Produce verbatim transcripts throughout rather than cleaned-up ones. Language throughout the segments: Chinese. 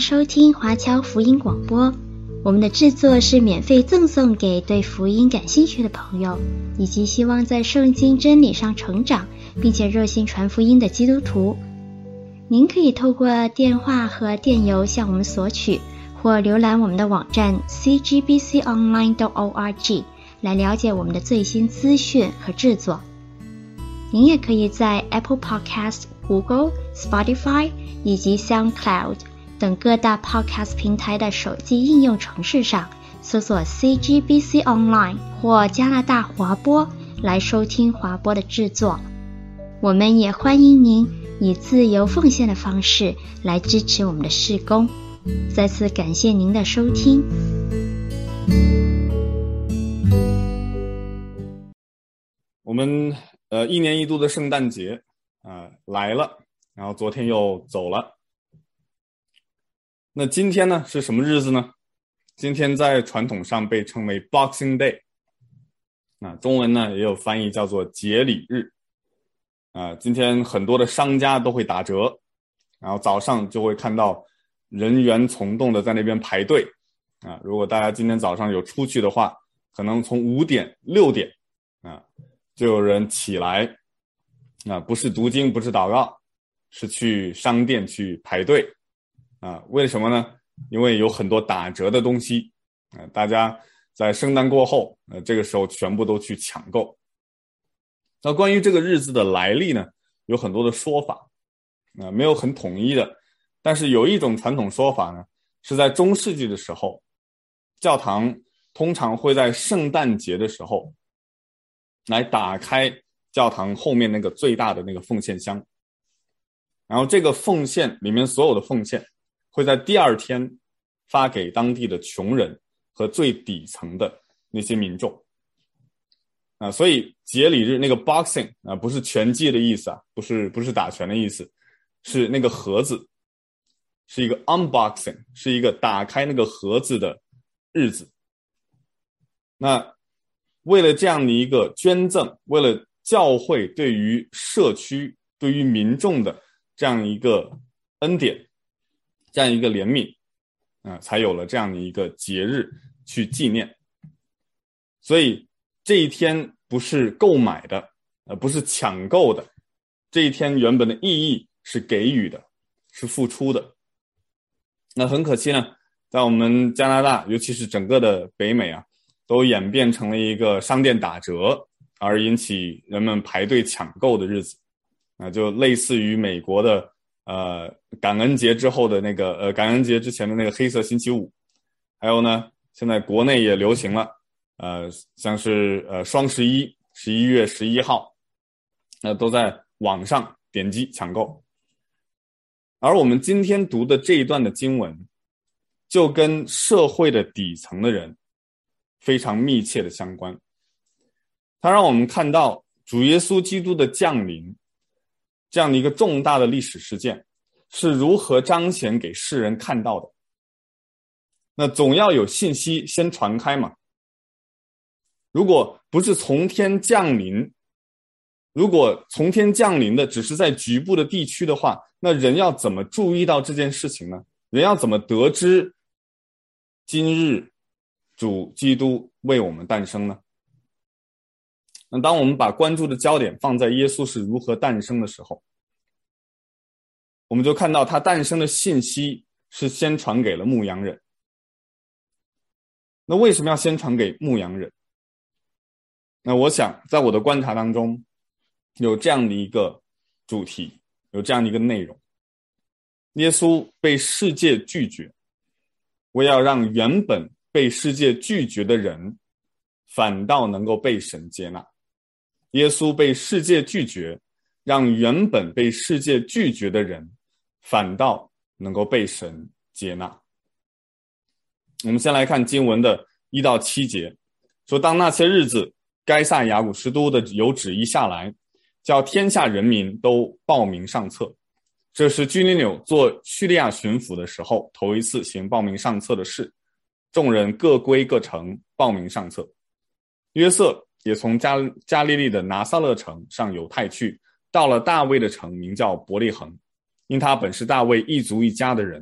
收听华侨福音广播。我们的制作是免费赠送给对福音感兴趣的朋友，以及希望在圣经真理上成长，并且热心传福音的基督徒。您可以透过电话和电邮向我们索取，或浏览我们的网站 c g b c online dot org 来了解我们的最新资讯和制作。您也可以在 Apple Podcast、Google、Spotify 以及 SoundCloud 等各大 Podcast 平台的手机应用程式上搜索 C G B C Online 或加拿大华播来收听华播的制作。我们也欢迎您以自由奉献的方式来支持我们的事工。再次感谢您的收听。 我们呃一年一度的圣诞节啊、呃、来了，然后昨天又走了。那今天呢是什么日子呢？今天在传统上被称为 Boxing Day， 啊，中文呢也有翻译叫做节礼日。啊，今天很多的商家都会打折，然后早上就会看到人员从众的在那边排队。啊，如果大家今天早上有出去的话，可能从五点六点啊。就有人起来，啊，不是读经，不是祷告，是去商店去排队，啊，为什么呢？因为有很多打折的东西，啊，大家在圣诞过后，呃，这个时候全部都去抢购。那关于这个日子的来历呢，有很多的说法，啊，没有很统一的，但是有一种传统说法呢，是在中世纪的时候，教堂通常会在圣诞节的时候来打开教堂后面那个最大的那个奉献箱，然后这个奉献里面所有的奉献会在第二天发给当地的穷人和最底层的那些民众啊，所以节礼日那个 boxing 啊，不是拳击的意思啊，不是不是打拳的意思，是那个盒子，是一个 unboxing， 是一个打开那个盒子的日子。那为了这样的一个捐赠，为了教会对于社区对于民众的这样一个恩典，这样一个怜悯啊、呃，才有了这样的一个节日去纪念。所以这一天不是购买的，呃，不是抢购的，这一天原本的意义是给予的，是付出的。那很可惜呢，在我们加拿大，尤其是整个的北美啊，都演变成了一个商店打折而引起人们排队抢购的日子，啊，就类似于美国的呃感恩节之后的那个呃感恩节之前的那个黑色星期五，还有呢，现在国内也流行了，呃，像是呃双十一，十一月十一号，那、呃、都在网上点击抢购。而我们今天读的这一段的经文，就跟社会的底层的人非常密切的相关。它让我们看到主耶稣基督的降临这样的一个重大的历史事件是如何彰显给世人看到的。那总要有信息先传开嘛。如果不是从天降临，如果从天降临的只是在局部的地区的话，那人要怎么注意到这件事情呢？人要怎么得知今日主基督为我们诞生呢？那当我们把关注的焦点放在耶稣是如何诞生的时候，我们就看到他诞生的信息是先传给了牧羊人。那为什么要先传给牧羊人？那我想在我的观察当中有这样的一个主题，有这样的一个内容。耶稣被世界拒绝，我要让原本被世界拒绝的人反倒能够被神接纳。耶稣被世界拒绝，让原本被世界拒绝的人反倒能够被神接纳。我们先来看经文的一到七节，说当那些日子，该撒亚古实都的有旨意下来，叫天下人民都报名上册。这是居里纽做叙利亚巡抚的时候头一次行报名上册的事，众人各归各城报名上册。约瑟也从加加利利的拿撒勒城上犹太去，到了大卫的城，名叫伯利恒，因他本是大卫一族一家的人，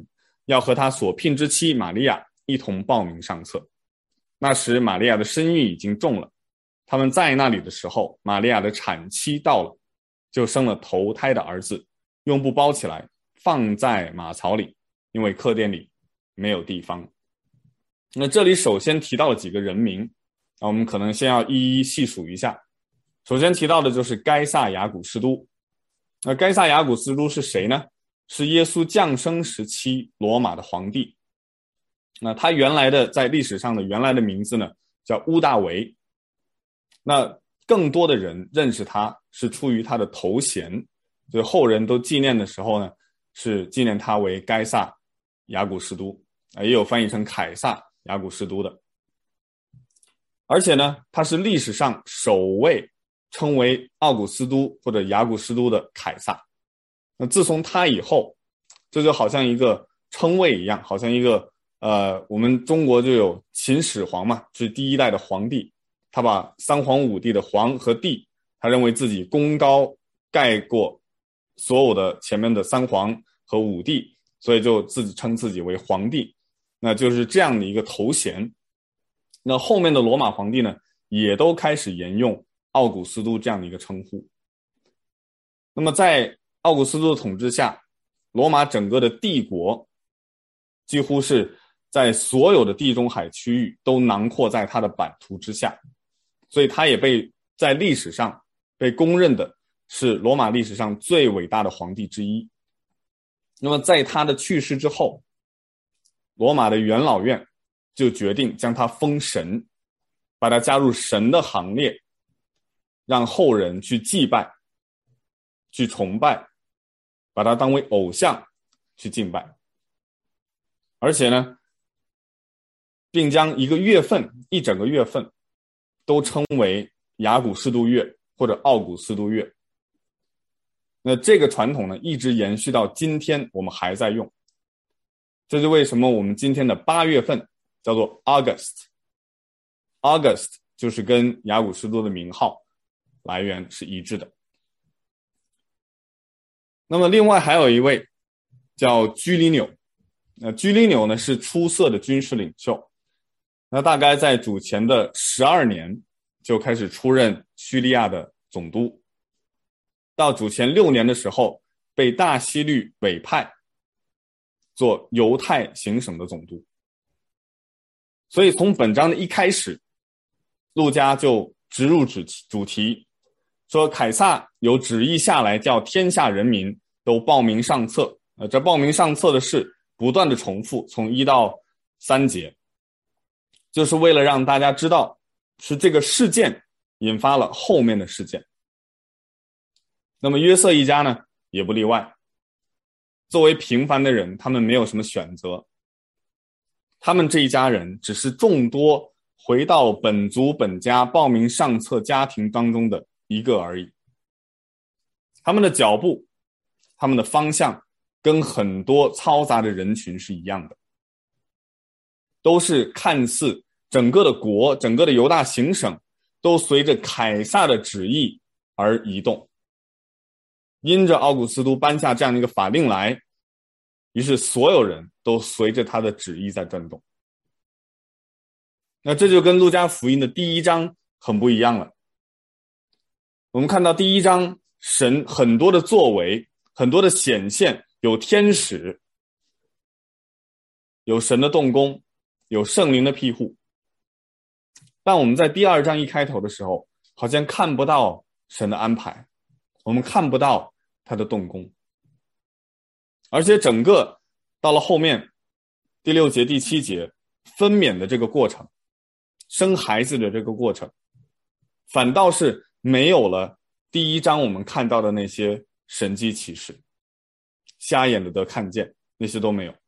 要和他所聘之妻玛利亚一同报名上册。那时玛利亚的身孕已经重了，他们在那里的时候，玛利亚的产期到了，就生了头胎的儿子，用布包起来，放在马槽里，因为客店里没有地方。那这里首先提到了几个人名，那我们可能先要一一细数一下。首先提到的就是该撒亚古斯都。那该撒亚古斯都是谁呢？是耶稣降生时期罗马的皇帝。那他原来的在历史上的原来的名字呢叫乌大维。那更多的人认识他是出于他的头衔，所以后人都纪念的时候呢是纪念他为该撒亚古斯都，也有翻译成凯撒亚古斯都的。而且呢他是历史上首位称为奥古斯都或者亚古斯都的凯撒。那自从他以后，这就好像一个称谓一样，好像一个呃，我们中国就有秦始皇嘛，是第一代的皇帝，他把三皇五帝的皇和帝，他认为自己功高盖过所有的前面的三皇和五帝，所以就自己称自己为皇帝，那就是这样的一个头衔。那后面的罗马皇帝呢，也都开始沿用奥古斯都这样的一个称呼。那么在奥古斯都的统治下，罗马整个的帝国几乎是在所有的地中海区域都囊括在他的版图之下，所以他也被在历史上被公认的是罗马历史上最伟大的皇帝之一。那么在他的去世之后，罗马的元老院就决定将他封神，把他加入神的行列，让后人去祭拜去崇拜，把他当为偶像去敬拜。而且呢并将一个月份一整个月份都称为亚古斯都月或者奥古斯都月。那这个传统呢一直延续到今天，我们还在用。这是为什么我们今天的八月份叫做 August August 就是跟亚古斯都的名号来源是一致的。那么另外还有一位叫居里纽。那居里纽呢是出色的军事领袖，那大概在主前的十二年就开始出任叙利亚的总督，到主前六年的时候被大希律委派做犹太行省的总督。所以从本章的一开始，路加就直入主题，说凯撒有旨意下来，叫天下人民都报名上册。呃，这报名上册的事不断的重复，从一到三节，就是为了让大家知道是这个事件引发了后面的事件。那么约瑟一家呢也不例外，作为平凡的人，他们没有什么选择，他们这一家人只是众多回到本族本家报名上册家庭当中的一个而已。他们的脚步，他们的方向跟很多嘈杂的人群是一样的，都是看似整个的国整个的犹大行省都随着凯撒的旨意而移动。因着奥古斯都颁下这样的一个法令来，于是所有人都随着他的旨意在转动。那这就跟路加福音的第一章很不一样了。我们看到第一章神很多的作为，很多的显现，有天使，有神的动工，有圣灵的庇护。但我们在第二章一开头的时候，好像看不到神的安排，我们看不到他的动工。而且整个到了后面第六节第七节分娩的这个过程，生孩子的这个过程，反倒是没有了第一章我们看到的那些神迹奇事，瞎眼的得看见，那些都没有。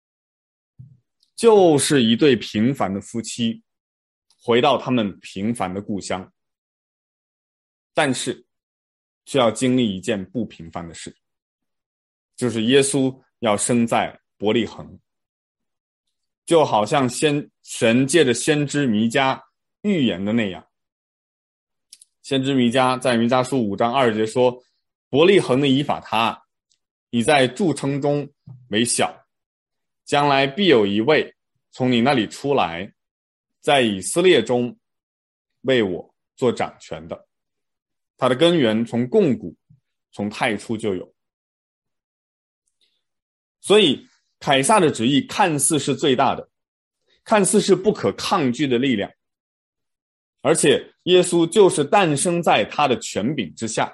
就是一对平凡的夫妻回到他们平凡的故乡，但是却要经历一件不平凡的事，就是耶稣要生在伯利恒。就好像先神借着先知弥迦预言的那样，先知弥迦在弥迦书五章二节说，伯利恒的以法他，你在诸城中为小， 将来必有一位从你那里出来，在以色列中为我做掌权的，他的根源从亘古，从太初就有。所以凯撒的旨意看似是最大的，看似是不可抗拒的力量，而且耶稣就是诞生在他的权柄之下。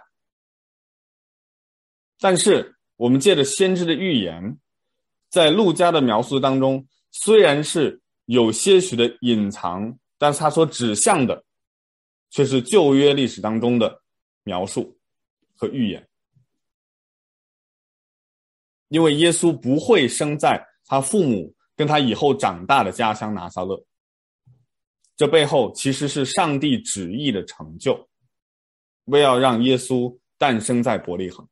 但是我们借着先知的预言，在路加的描述当中，虽然是有些许的隐藏，但是他所指向的却是旧约历史当中的描述和预言。因为耶稣不会生在他父母跟他以后长大的家乡拿撒勒，这背后其实是上帝旨意的成就，为要让耶稣诞生在伯利恒。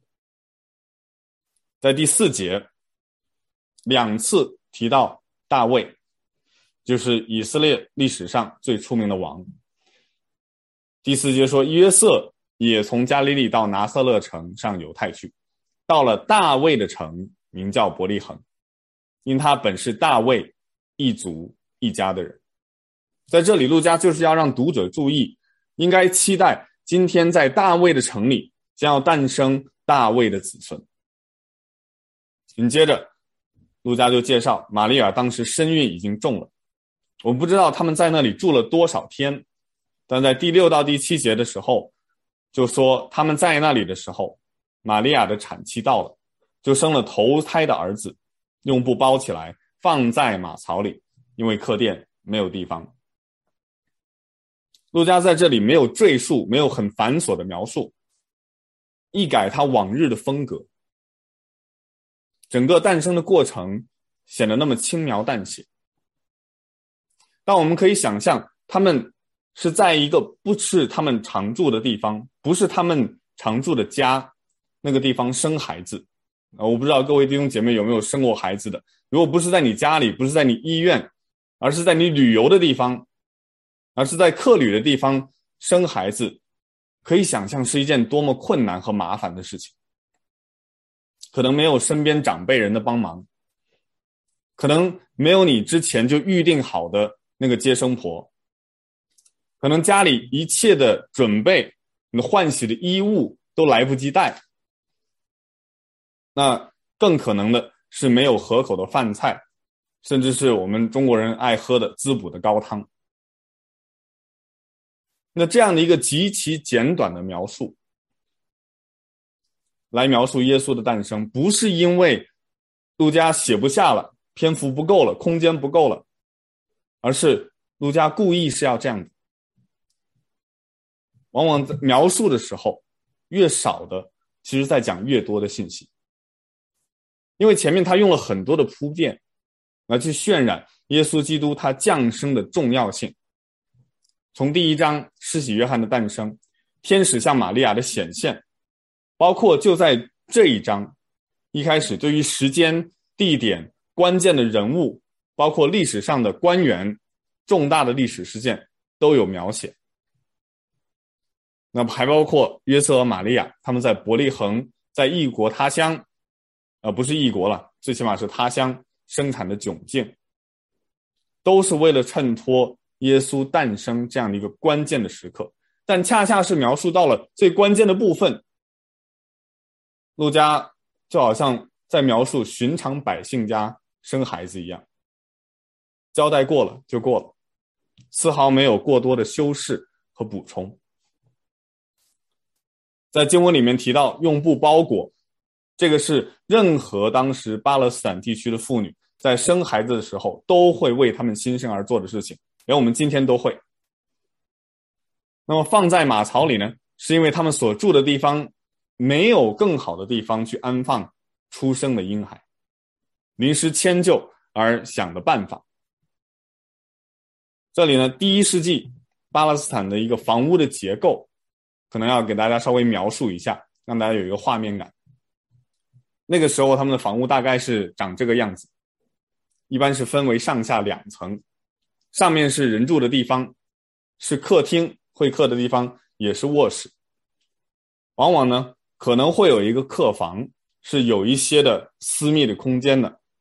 在第四节两次提到大卫，就是以色列历史上最出名的王。第四节说，约瑟也从加利利到拿撒勒城上犹太去，到了大卫的城，名叫伯利恒，因他本是大卫一族一家的人。在这里路加就是要让读者注意，应该期待今天在大卫的城里将要诞生大卫的子孙。紧接着路加就介绍玛利亚当时身孕已经重了，我不知道他们在那里住了多少天，但在第六到第七节的时候就说他们在那里的时候，玛利亚的产期到了，就生了头胎的儿子，用布包起来放在马槽里，因为客店没有地方。路加在这里没有赘述，没有很繁琐的描述，一改他往日的风格，整个诞生的过程显得那么轻描淡写。但我们可以想象，他们是在一个不是他们常住的地方，不是他们常住的家，那个地方生孩子。我不知道各位弟兄姐妹有没有生过孩子的，如果不是在你家里，不是在你医院，而是在你旅游的地方，而是在客旅的地方生孩子，可以想象是一件多么困难和麻烦的事情。可能没有身边长辈人的帮忙，可能没有你之前就预定好的那个接生婆，可能家里一切的准备，你的换洗的衣物都来不及带，那更可能的是没有合口的饭菜，甚至是我们中国人爱喝的滋补的高汤。那这样的一个极其简短的描述来描述耶稣的诞生，不是因为路加写不下了，篇幅不够了，空间不够了，而是路加故意是要这样的。往往在描述的时候，越少的其实在讲越多的信息，因为前面他用了很多的铺垫来去渲染耶稣基督他降生的重要性。从第一章施洗约翰的诞生，天使向玛利亚的显现，包括就在这一章一开始对于时间、地点、关键的人物，包括历史上的官员、重大的历史事件都有描写。那么还包括约瑟和玛利亚他们在伯利恒，在异国他乡，呃，不是异国了，最起码是他乡生产的窘境，都是为了衬托耶稣诞生这样的一个关键的时刻。但恰恰是描述到了最关键的部分，路加就好像在描述寻常百姓家生孩子一样，交代过了就过了，丝毫没有过多的修饰和补充。在经文里面提到用布包裹，这个是任何当时巴勒斯坦地区的妇女在生孩子的时候都会为他们新生儿做的事情，连我们今天都会。那么放在马槽里呢，是因为他们所住的地方没有更好的地方去安放出生的婴孩，临时迁就而想的办法。这里呢，第一世纪巴勒斯坦的一个房屋的结构可能要给大家稍微描述一下，让大家有一个画面感。那个时候他们的房屋大概是长这个样子，一般是分为上下两层，上面是人住的地方，是客厅会客的地方，也是卧室。往往呢可能会有一个客房，是有一些的私密的空间的，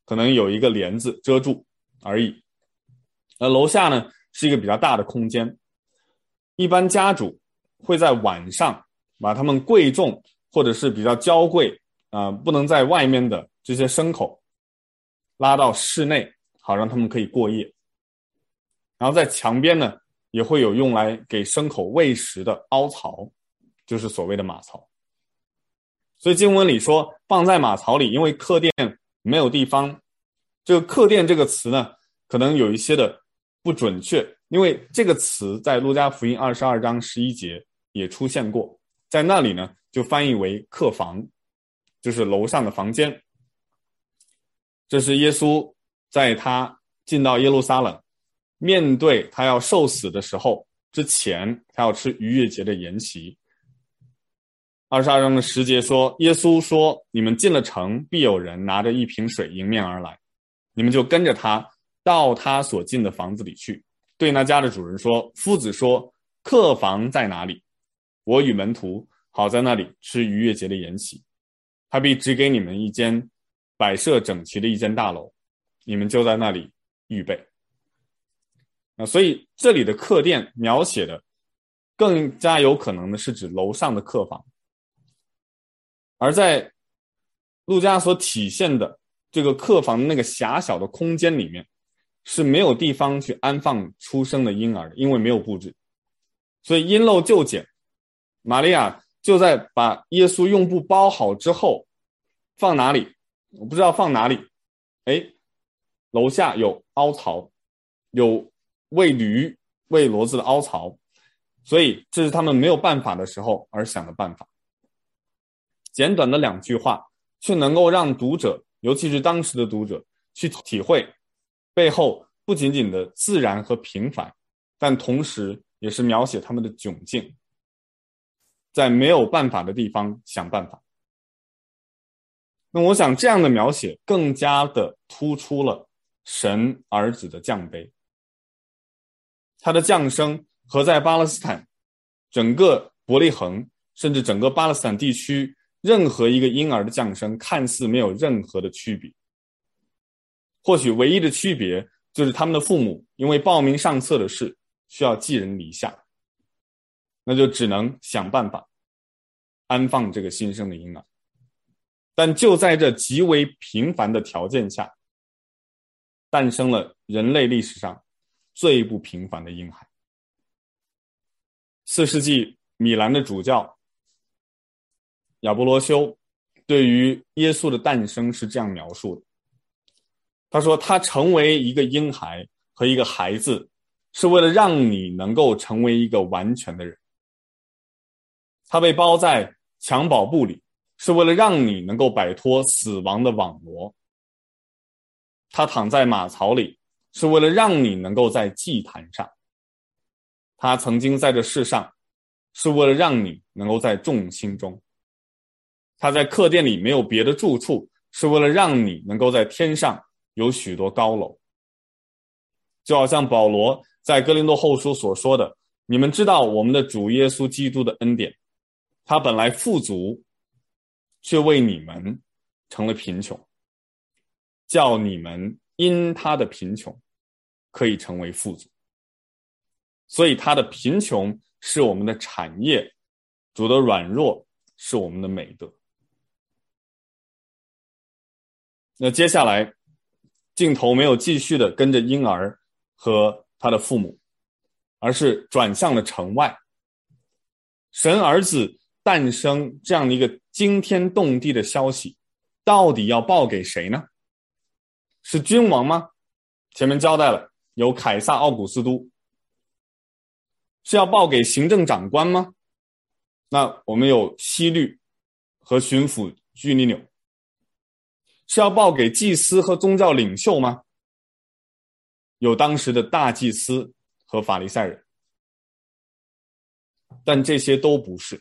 可能有一个帘子遮住而已。而楼下呢是一个比较大的空间，一般家主会在晚上把他们贵重或者是比较娇贵啊、呃、不能在外面的这些牲口拉到室内，好让他们可以过夜。然后在墙边呢也会有用来给牲口喂食的凹槽，就是所谓的马槽。所以经文里说放在马槽里，因为客店没有地方。这个客店这个词呢可能有一些的不准确，因为这个词在路加福音二十二章十一节也出现过，在那里呢就翻译为客房，就是楼上的房间。这是耶稣在他进到耶路撒冷，面对他要受死的时候之前，他要吃逾越节的筵席。二十二章的十节说，耶稣说，你们进了城，必有人拿着一瓶水迎面而来，你们就跟着他到他所进的房子里去，对那家的主人说，夫子说，客房在哪里？我与门徒好在那里吃逾越节的筵席。他必指给你们一间摆设整齐的一间大楼，你们就在那里预备。那所以这里的客店描写的更加有可能的是指楼上的客房，而在路加所体现的这个客房的那个狭小的空间里面是没有地方去安放出生的婴儿的，因为没有布置。所以因漏就简，玛利亚就在把耶稣用布包好之后放哪里？我不知道放哪里。诶，楼下有凹槽，有喂驴喂骡子的凹槽，所以这是他们没有办法的时候而想的办法。简短的两句话却能够让读者，尤其是当时的读者去体会背后不仅仅的自然和平凡，但同时也是描写他们的窘境，在没有办法的地方想办法。那我想这样的描写更加的突出了神儿子的降卑，他的降生和在巴勒斯坦整个伯利恒甚至整个巴勒斯坦地区任何一个婴儿的降生看似没有任何的区别，或许唯一的区别就是他们的父母因为报名上册的事需要寄人篱下，那就只能想办法安放这个新生的婴儿。但就在这极为平凡的条件下，诞生了人类历史上最不平凡的婴孩。四世纪米兰的主教亚波罗修对于耶稣的诞生是这样描述的，他说，他成为一个婴孩和一个孩子是为了让你能够成为一个完全的人，他被包在襁褓布里是为了让你能够摆脱死亡的网罗，他躺在马槽里是为了让你能够在祭坛上，他曾经在这世上是为了让你能够在众星中，他在客店里没有别的住处是为了让你能够在天上有许多高楼。就好像保罗在哥林多后书所说的，你们知道我们的主耶稣基督的恩典，他本来富足，却为你们成了贫穷，叫你们因他的贫穷可以成为富足。所以他的贫穷是我们的产业，主的软弱是我们的美德。那接下来镜头没有继续的跟着婴儿和他的父母，而是转向了城外。神儿子诞生这样的一个惊天动地的消息，到底要报给谁呢？是君王吗？前面交代了，有凯撒奥古斯都。是要报给行政长官吗？那我们有希律和巡抚居里纽。是要报给祭司和宗教领袖吗？有当时的大祭司和法利赛人。但这些都不是。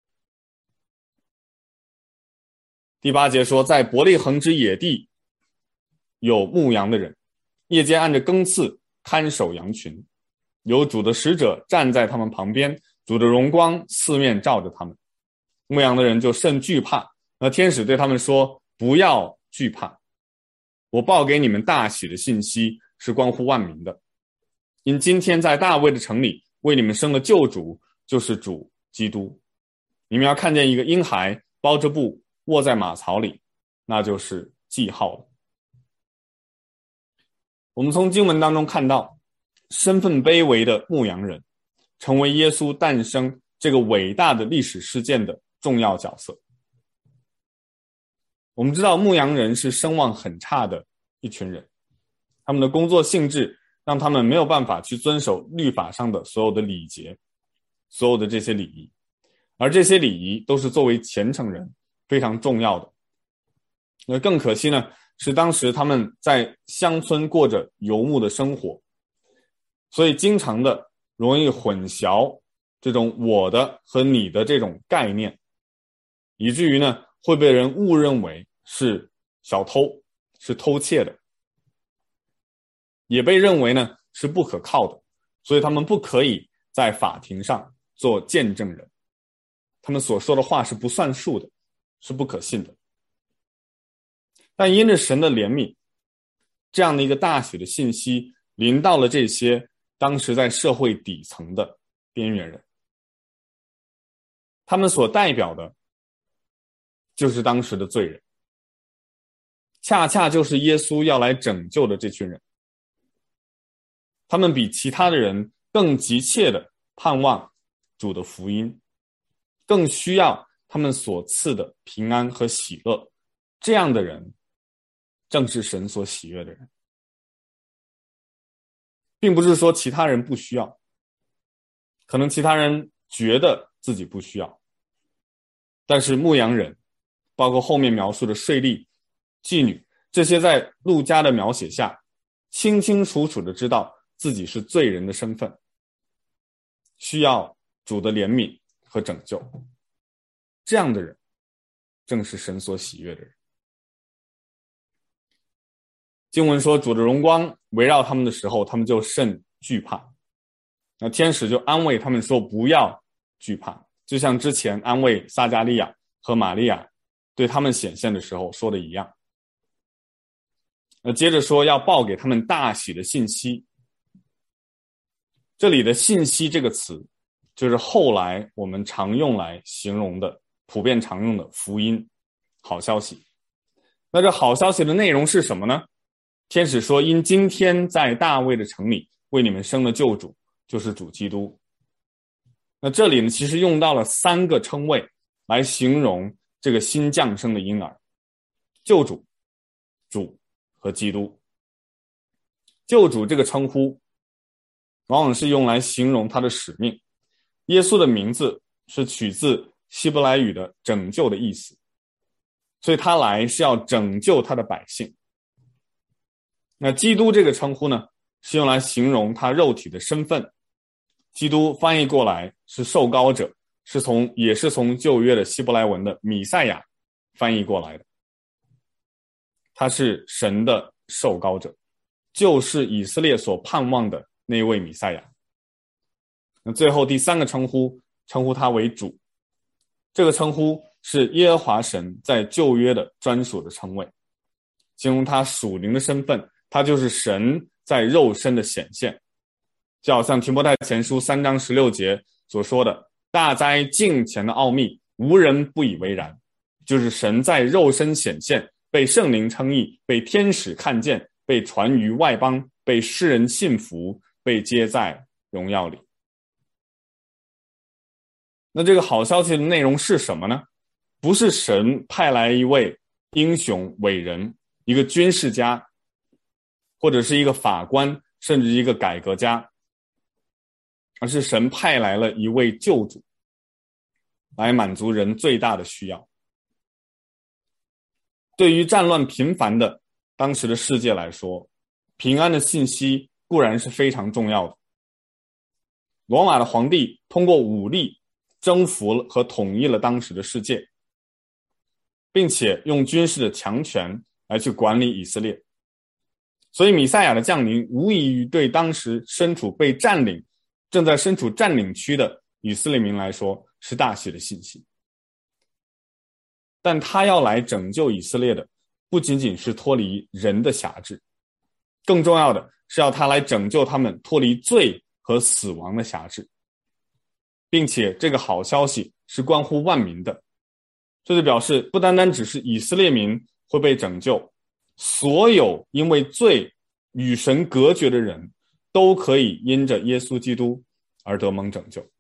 第八节说，在伯利恒之野地有牧羊的人，夜间按着更次看守羊群，有主的使者站在他们旁边，主的荣光四面照着他们。牧羊的人就甚惧怕，那天使对他们说，不要惧怕， 我报给你们大喜的信息是关乎万民的，因今天在大卫的城里为你们生了救主，就是主基督。你们要看见一个婴孩包着布卧在马槽里，那就是记号了。我们从经文当中看到，身份卑微的牧羊人成为耶稣诞生这个伟大的历史事件的重要角色。我们知道牧羊人是声望很差的一群人，他们的工作性质让他们没有办法去遵守律法上的所有的礼节，所有的这些礼仪，而这些礼仪都是作为虔诚人非常重要的。那更可惜呢，是当时他们在乡村过着游牧的生活，所以经常的容易混淆这种我的和你的这种概念，以至于呢会被人误认为是小偷，是偷窃的，也被认为呢是不可靠的，所以他们不可以在法庭上做见证人，他们所说的话是不算数的，是不可信的。但因着神的怜悯，这样的一个大喜的信息临到了这些当时在社会底层的边缘人，他们所代表的就是当时的罪人，恰恰就是耶稣要来拯救的这群人。他们比其他的人更急切的盼望主的福音，更需要他们所赐的平安和喜乐，这样的人正是神所喜悦的人。并不是说其他人不需要，可能其他人觉得自己不需要，但是牧羊人，包括后面描述的税吏、妓女，这些在路加的描写下清清楚楚的知道自己是罪人的身份，需要主的怜悯和拯救，这样的人正是神所喜悦的人。经文说，主的荣光围绕他们的时候，他们就甚惧怕。那天使就安慰他们说，不要惧怕，就像之前安慰撒迦利亚和玛利亚对他们显现的时候说的一样。那接着说要报给他们大喜的信息。这里的信息这个词，就是后来我们常用来形容的，普遍常用的福音，好消息。那这好消息的内容是什么呢？天使说，因今天在大卫的城里为你们生了救主，就是主基督。那这里呢，其实用到了三个称谓来形容这个新降生的婴儿：救主、主和基督。救主这个称呼往往是用来形容他的使命。耶稣的名字是取自希伯来语的拯救的意思，所以他来是要拯救他的百姓。那基督这个称呼呢，是用来形容他肉体的身份。基督翻译过来是受膏者，是从也是从旧约的希伯来文的弥赛亚翻译过来的。他是神的受膏者，就是以色列所盼望的那位弥赛亚。那最后第三个称呼，称呼他为主。这个称呼是耶和华神在旧约的专属的称谓，形容他属灵的身份，他就是神在肉身的显现。就好像提摩太前书三章十六节所说的，大哉敬虔的奥秘，无人不以为然，就是神在肉身显现，被圣灵称义，被天使看见，被传于外邦，被世人信服，被接在荣耀里。那这个好消息的内容是什么呢？不是神派来一位英雄伟人，一个军事家，或者是一个法官，甚至一个改革家，而是神派来了一位救主，来满足人最大的需要。对于战乱频繁的当时的世界来说，平安的信息固然是非常重要的。罗马的皇帝通过武力征服了和统一了当时的世界，并且用军事的强权来去管理以色列。所以弥赛亚的降临无异于对当时身处被占领正在身处占领区的以色列民来说是大喜的信息。但他要来拯救以色列的， 不仅仅是脱离人的辖制，更重要的是要他来拯救他们脱离罪和死亡的辖制，并且这个好消息是关乎万民的。这就表示不单单只是以色列民会被拯救，所有因为罪与神隔绝的人都可以因着耶稣基督而得蒙拯救。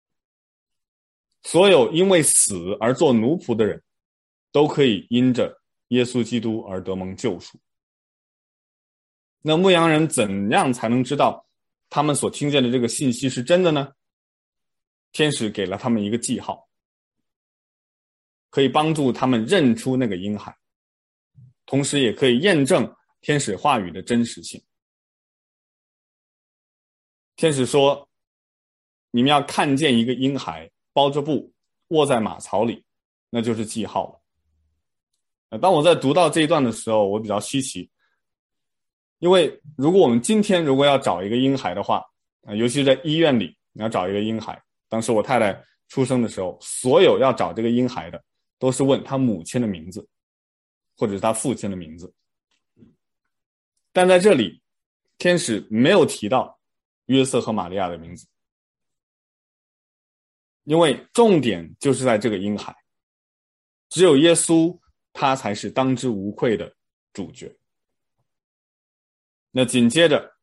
所有因为死而做奴仆的人都可以因着耶稣基督而得蒙救赎。那牧羊人怎样才能知道他们所听见的这个信息是真的呢？天使给了他们一个记号，可以帮助他们认出那个婴孩，同时也可以验证天使话语的真实性。天使说，你们要看见一个婴孩包着布卧在马槽里，那就是记号了。当我在读到这一段的时候，我比较稀奇，因为如果我们今天如果要找一个婴孩的话，尤其是在医院里你要找一个婴孩，当时我太太出生的时候，所有要找这个婴孩的都是问他母亲的名字或者是他父亲的名字。但在这里天使没有提到约瑟和玛利亚的名字，因为重点就是在这个婴孩，只有耶稣他才是当之无愧的主角。那紧接着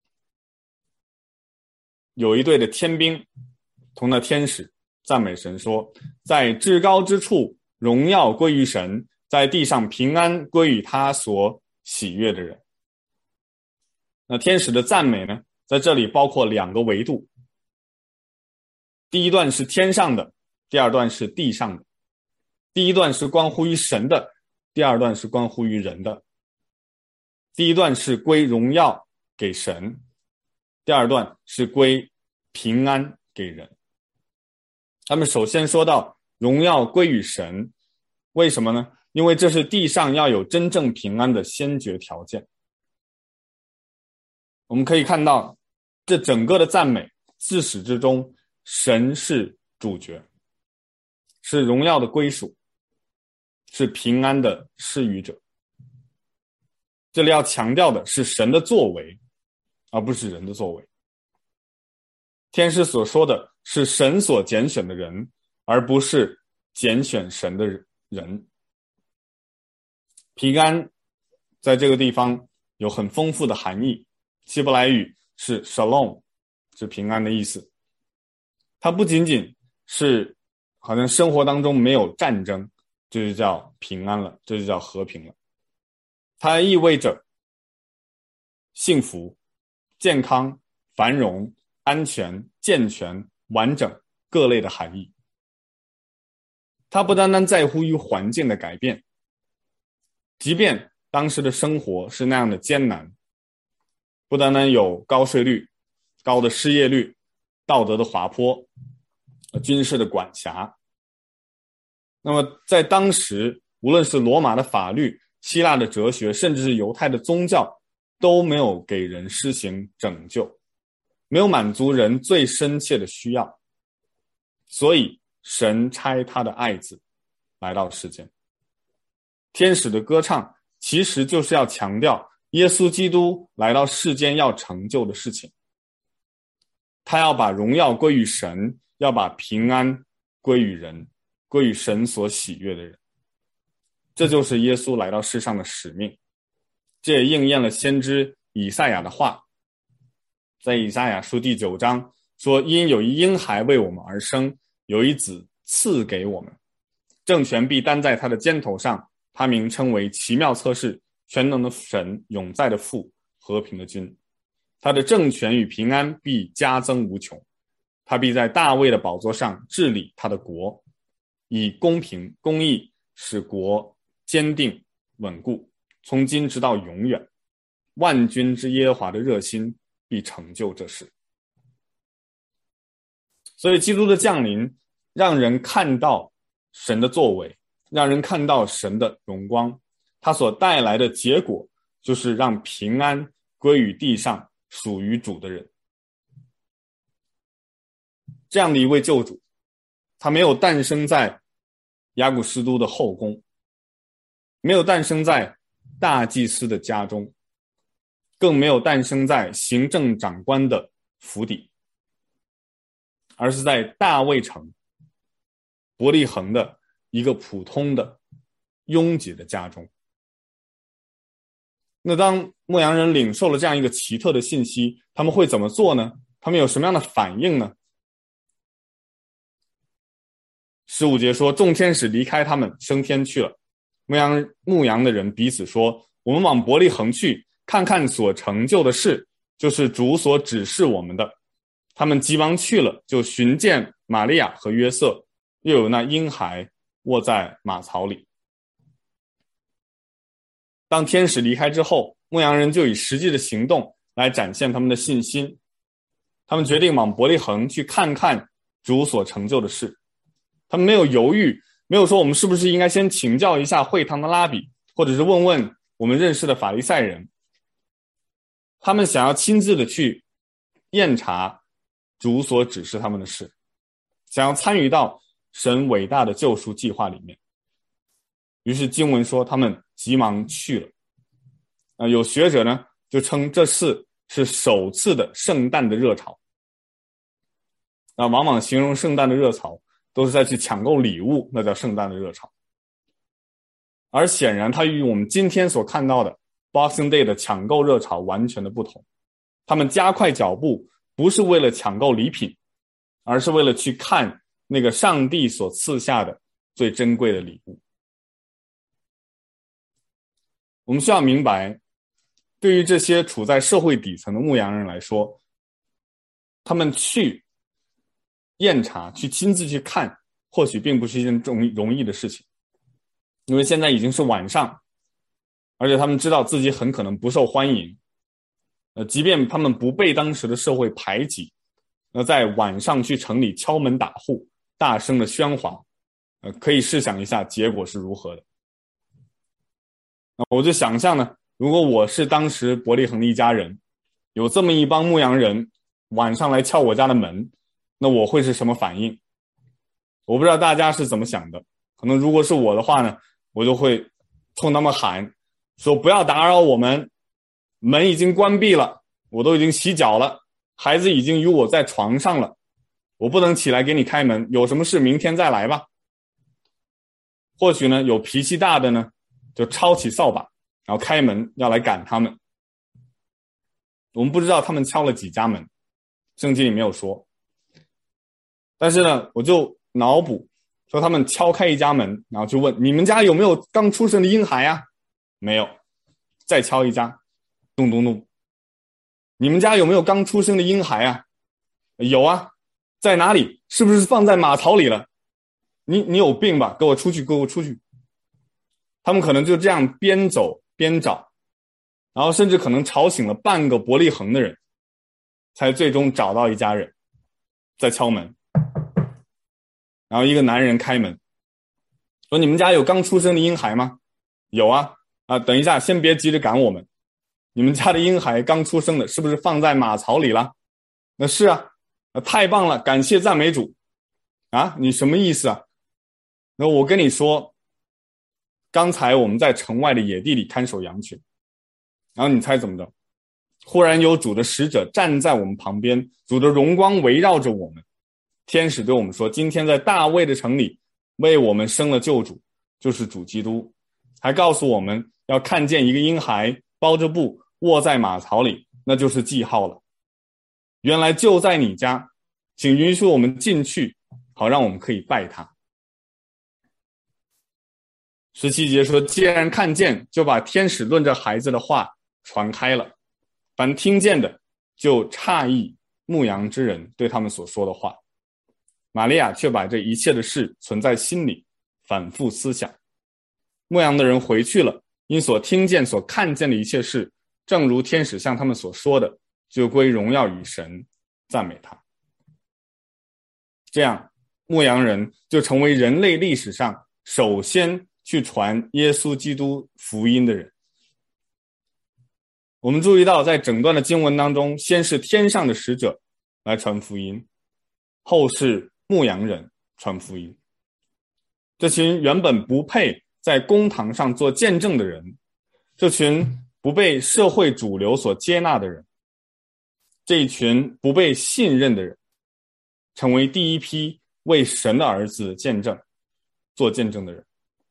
有一队的天兵同那天使赞美神说，在至高之处荣耀归于神，在地上平安归于他所喜悦的人。那天使的赞美呢，在这里包括两个维度，第一段是天上的，第二段是地上的。第一段是关乎于神的，第二段是关乎于人的。第一段是归荣耀给神，第二段是归平安给人。他们首先说到荣耀归于神，为什么呢？因为这是地上要有真正平安的先决条件。我们可以看到这整个的赞美自始至终，神是主角，是荣耀的归属，是平安的施予者。这里要强调的是神的作为，而不是人的作为。天使所说的是神所拣选的人，而不是拣选神的人。平安在这个地方有很丰富的含义，希伯来语是 shalom， 是平安的意思。它不仅仅是好像生活当中没有战争，这就叫平安了，这就叫和平了。它意味着幸福、健康、繁荣、安全、健全、完整各类的含义。它不单单在乎于环境的改变，即便当时的生活是那样的艰难，不单单有高税率、高的失业率、道德的滑坡、军事的管辖。那么在当时，无论是罗马的法律、希腊的哲学，甚至是犹太的宗教，都没有给人施行拯救，没有满足人最深切的需要。所以神差他的爱子来到世间。天使的歌唱其实就是要强调耶稣基督来到世间要成就的事情。他要把荣耀归于神，要把平安归于人，归于神所喜悦的人。这就是耶稣来到世上的使命。这也应验了先知以赛亚的话，在以赛亚书第九章说，因有一婴孩为我们而生，有一子赐给我们，政权必担在他的肩头上，他名称为奇妙策士，全能的神，永在的父，和平的君。他的政权与平安必加增无穷，他必在大卫的宝座上治理他的国，以公平公义使国坚定稳固，从今直到永远。万军之耶和华的热心必成就这事。所以基督的降临让人看到神的作为，让人看到神的荣光，他所带来的结果就是让平安归于地上属于主的人。这样的一位救主，他没有诞生在雅古斯都的后宫，没有诞生在大祭司的家中，更没有诞生在行政长官的府邸，而是在大卫城伯利恒的一个普通的拥挤的家中。那当牧羊人领受了这样一个奇特的信息，他们会怎么做呢？他们有什么样的反应呢？十五节说，众天使离开他们升天去了。牧羊牧羊的人彼此说，我们往伯利恒去，看看所成就的事，就是主所指示我们的。他们急忙去了，就寻见玛利亚和约瑟，又有那婴孩卧在马槽里。当天使离开之后，牧羊人就以实际的行动来展现他们的信心。他们决定往伯利恒去看看主所成就的事。他们没有犹豫，没有说我们是不是应该先请教一下会堂的拉比，或者是问问我们认识的法利赛人。他们想要亲自的去验察主所指示他们的事，想要参与到神伟大的救赎计划里面。于是经文说他们急忙去了。呃、有学者呢就称这次是首次的圣诞的热潮。那往往形容圣诞的热潮都是在去抢购礼物，那叫圣诞的热潮。而显然它与我们今天所看到的 Boxing Day 的抢购热潮完全的不同。他们加快脚步，不是为了抢购礼品，而是为了去看那个上帝所赐下的最珍贵的礼物。我们需要明白，对于这些处在社会底层的牧羊人来说，他们去验察，去亲自去看，或许并不是一件容易的事情。因为现在已经是晚上，而且他们知道自己很可能不受欢迎。呃，即便他们不被当时的社会排挤，那在晚上去城里敲门打户，大声的喧哗，呃，可以试想一下结果是如何的。那我就想象呢，如果我是当时伯利恒的一家人，有这么一帮牧羊人晚上来敲我家的门，那我会是什么反应？我不知道大家是怎么想的。可能如果是我的话呢，我就会冲他们喊说，不要打扰我们，门已经关闭了，我都已经洗脚了，孩子已经与我在床上了，我不能起来给你开门，有什么事明天再来吧。或许呢，有脾气大的呢就抄起扫把，然后开门要来赶他们。我们不知道他们敲了几家门，圣经里没有说。但是呢，我就脑补说他们敲开一家门，然后就问，你们家有没有刚出生的婴孩啊？没有。再敲一家，咚咚咚，你们家有没有刚出生的婴孩啊？有啊。在哪里？是不是放在马槽里了？你你有病吧？给我出去，给我出去。他们可能就这样边走边找，然后甚至可能吵醒了半个伯利恒的人，才最终找到一家人在敲门。然后一个男人开门说，你们家有刚出生的婴孩吗？有啊。啊，等一下，先别急着赶我们，你们家的婴孩刚出生的，是不是放在马槽里了？那是啊。啊，太棒了，感谢赞美主。啊，你什么意思啊？那我跟你说，刚才我们在城外的野地里看守羊群，然后你猜怎么着？忽然有主的使者站在我们旁边，主的荣光围绕着我们。天使对我们说，今天在大卫的城里为我们生了救主，就是主基督。还告诉我们要看见一个婴孩包着布卧在马槽里，那就是记号了。原来就在你家，请允许我们进去，好让我们可以拜他。十七节说，既然看见，就把天使论着孩子的话传开了，凡听见的就诧异牧羊之人对他们所说的话。玛利亚却把这一切的事存在心里，反复思想。牧羊的人回去了，因所听见所看见的一切事，正如天使向他们所说的，就归荣耀与神，赞美他。这样牧羊人就成为人类历史上首先去传耶稣基督福音的人。我们注意到，在整段的经文当中，先是天上的使者来传福音，后是牧羊人传福音。这群原本不配在公堂上做见证的人， 这群不被社会主流所接纳的人，这一群不被信任的人，成为第一批为神的儿子见证、做见证的人。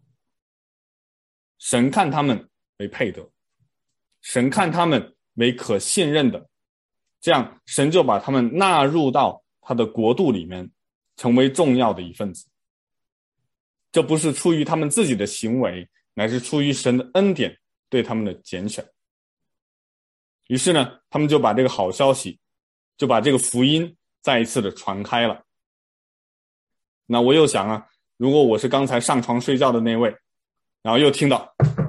神看他们为配得，神看他们为可信任的，这样神就把他们纳入到他的国度里面，成为重要的一份子。这不是出于他们自己的行为，乃是出于神的恩典对他们的拣选。于是呢，他们就把这个好消息，就把这个福音再一次的传开了。那我又想啊，如果我是刚才上床睡觉的那位，然后又听到，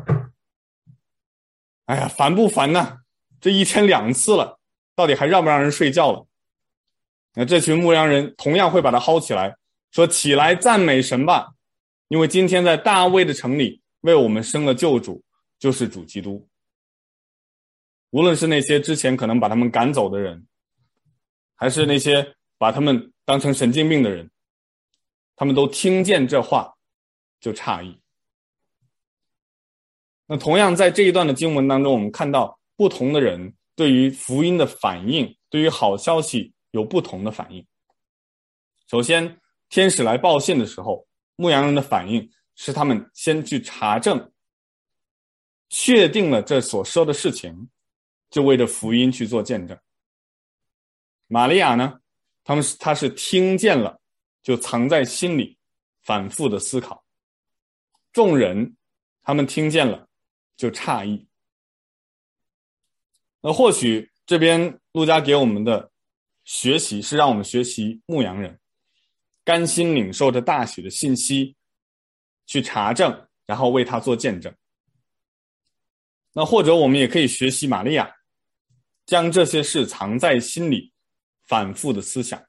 哎呀，烦不烦呢？这一天两次了，到底还让不让人睡觉了？那这群牧羊人同样会把他薅起来，说起来赞美神吧，因为今天在大卫的城里为我们生了救主，就是主基督。无论是那些之前可能把他们赶走的人，还是那些把他们当成神经病的人，他们都听见这话就诧异。那同样在这一段的经文当中，我们看到不同的人对于福音的反应，对于好消息有不同的反应。首先，天使来报信的时候，牧羊人的反应是他们先去查证，确定了这所说的事情，就为着福音去做见证。玛利亚呢，他们是他是听见了，就藏在心里，反复的思考。众人他们听见了，就诧异。那或许这边路加给我们的学习是让我们学习牧羊人甘心领受着大许的信息，去查证，然后为他做见证。那或者我们也可以学习玛利亚，将这些事藏在心里，反复的思想。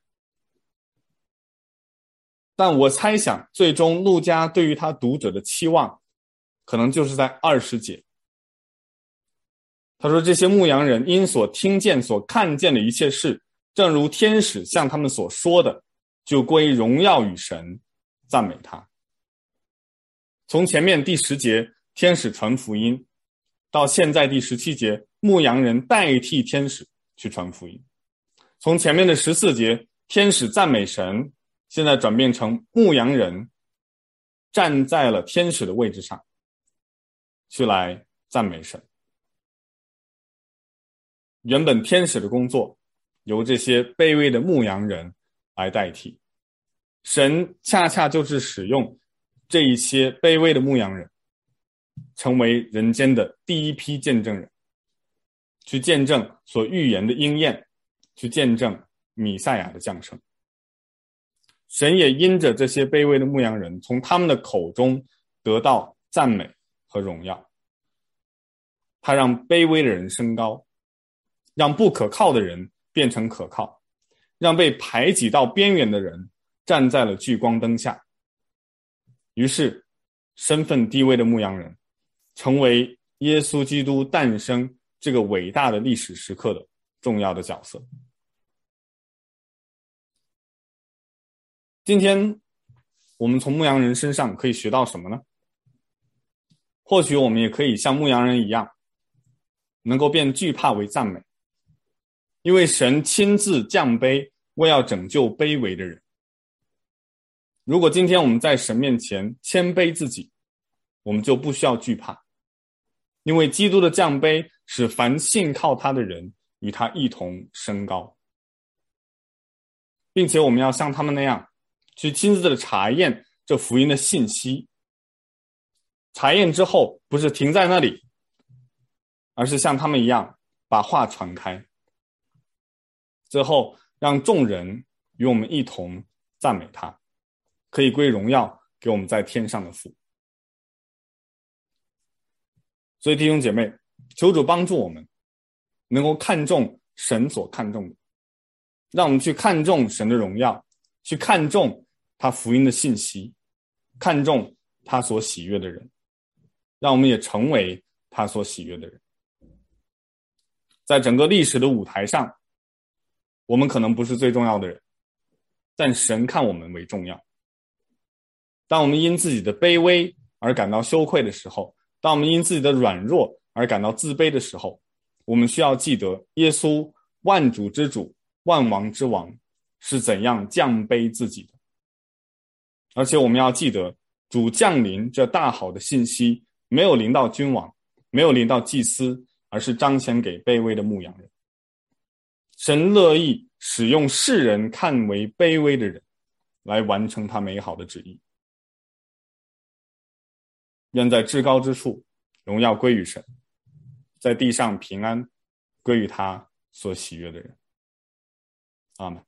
但我猜想，最终路加对于他读者的期望，可能就是在二十节。他说，这些牧羊人因所听见、所看见的一切事，正如天使向他们所说的，就归荣耀与神，赞美他。从前面第十节天使传福音，到现在第十七节牧羊人代替天使去传福音。从前面的十四节天使赞美神，现在转变成牧羊人站在了天使的位置上，去来赞美神。原本天使的工作由这些卑微的牧羊人来代替，神恰恰就是使用这一些卑微的牧羊人，成为人间的第一批见证人，去见证所预言的应验，去见证弥赛亚的降生。神也因着这些卑微的牧羊人，从他们的口中得到赞美和荣耀。他让卑微的人升高，让不可靠的人变成可靠，让被排挤到边缘的人站在了聚光灯下。于是身份低微的牧羊人成为耶稣基督诞生这个伟大的历史时刻的重要的角色。今天我们从牧羊人身上可以学到什么呢？或许我们也可以像牧羊人一样，能够变惧怕为赞美，因为神亲自降卑，为要拯救卑微的人。如果今天我们在神面前谦卑自己，我们就不需要惧怕，因为基督的降卑使凡信靠他的人与他一同升高，并且我们要像他们那样去亲自的查验这福音的信息。查验之后不是停在那里，而是像他们一样把话传开，最后让众人与我们一同赞美他，可以归荣耀给我们在天上的父。所以弟兄姐妹，求主帮助我们能够看重神所看重的，让我们去看重神的荣耀，去看重他福音的信息，看重他所喜悦的人，让我们也成为他所喜悦的人。在整个历史的舞台上，我们可能不是最重要的人，但神看我们为重要。当我们因自己的卑微而感到羞愧的时候，当我们因自己的软弱而感到自卑的时候，我们需要记得耶稣万主之主、万王之王是怎样降卑自己的。而且我们要记得，主降临这大好的信息没有临到君王，没有临到祭司，而是彰显给卑微的牧羊人。神乐意使用世人看为卑微的人来完成他美好的旨意。愿在至高之处荣耀归于神，在地上平安归于他所喜悦的人。阿们。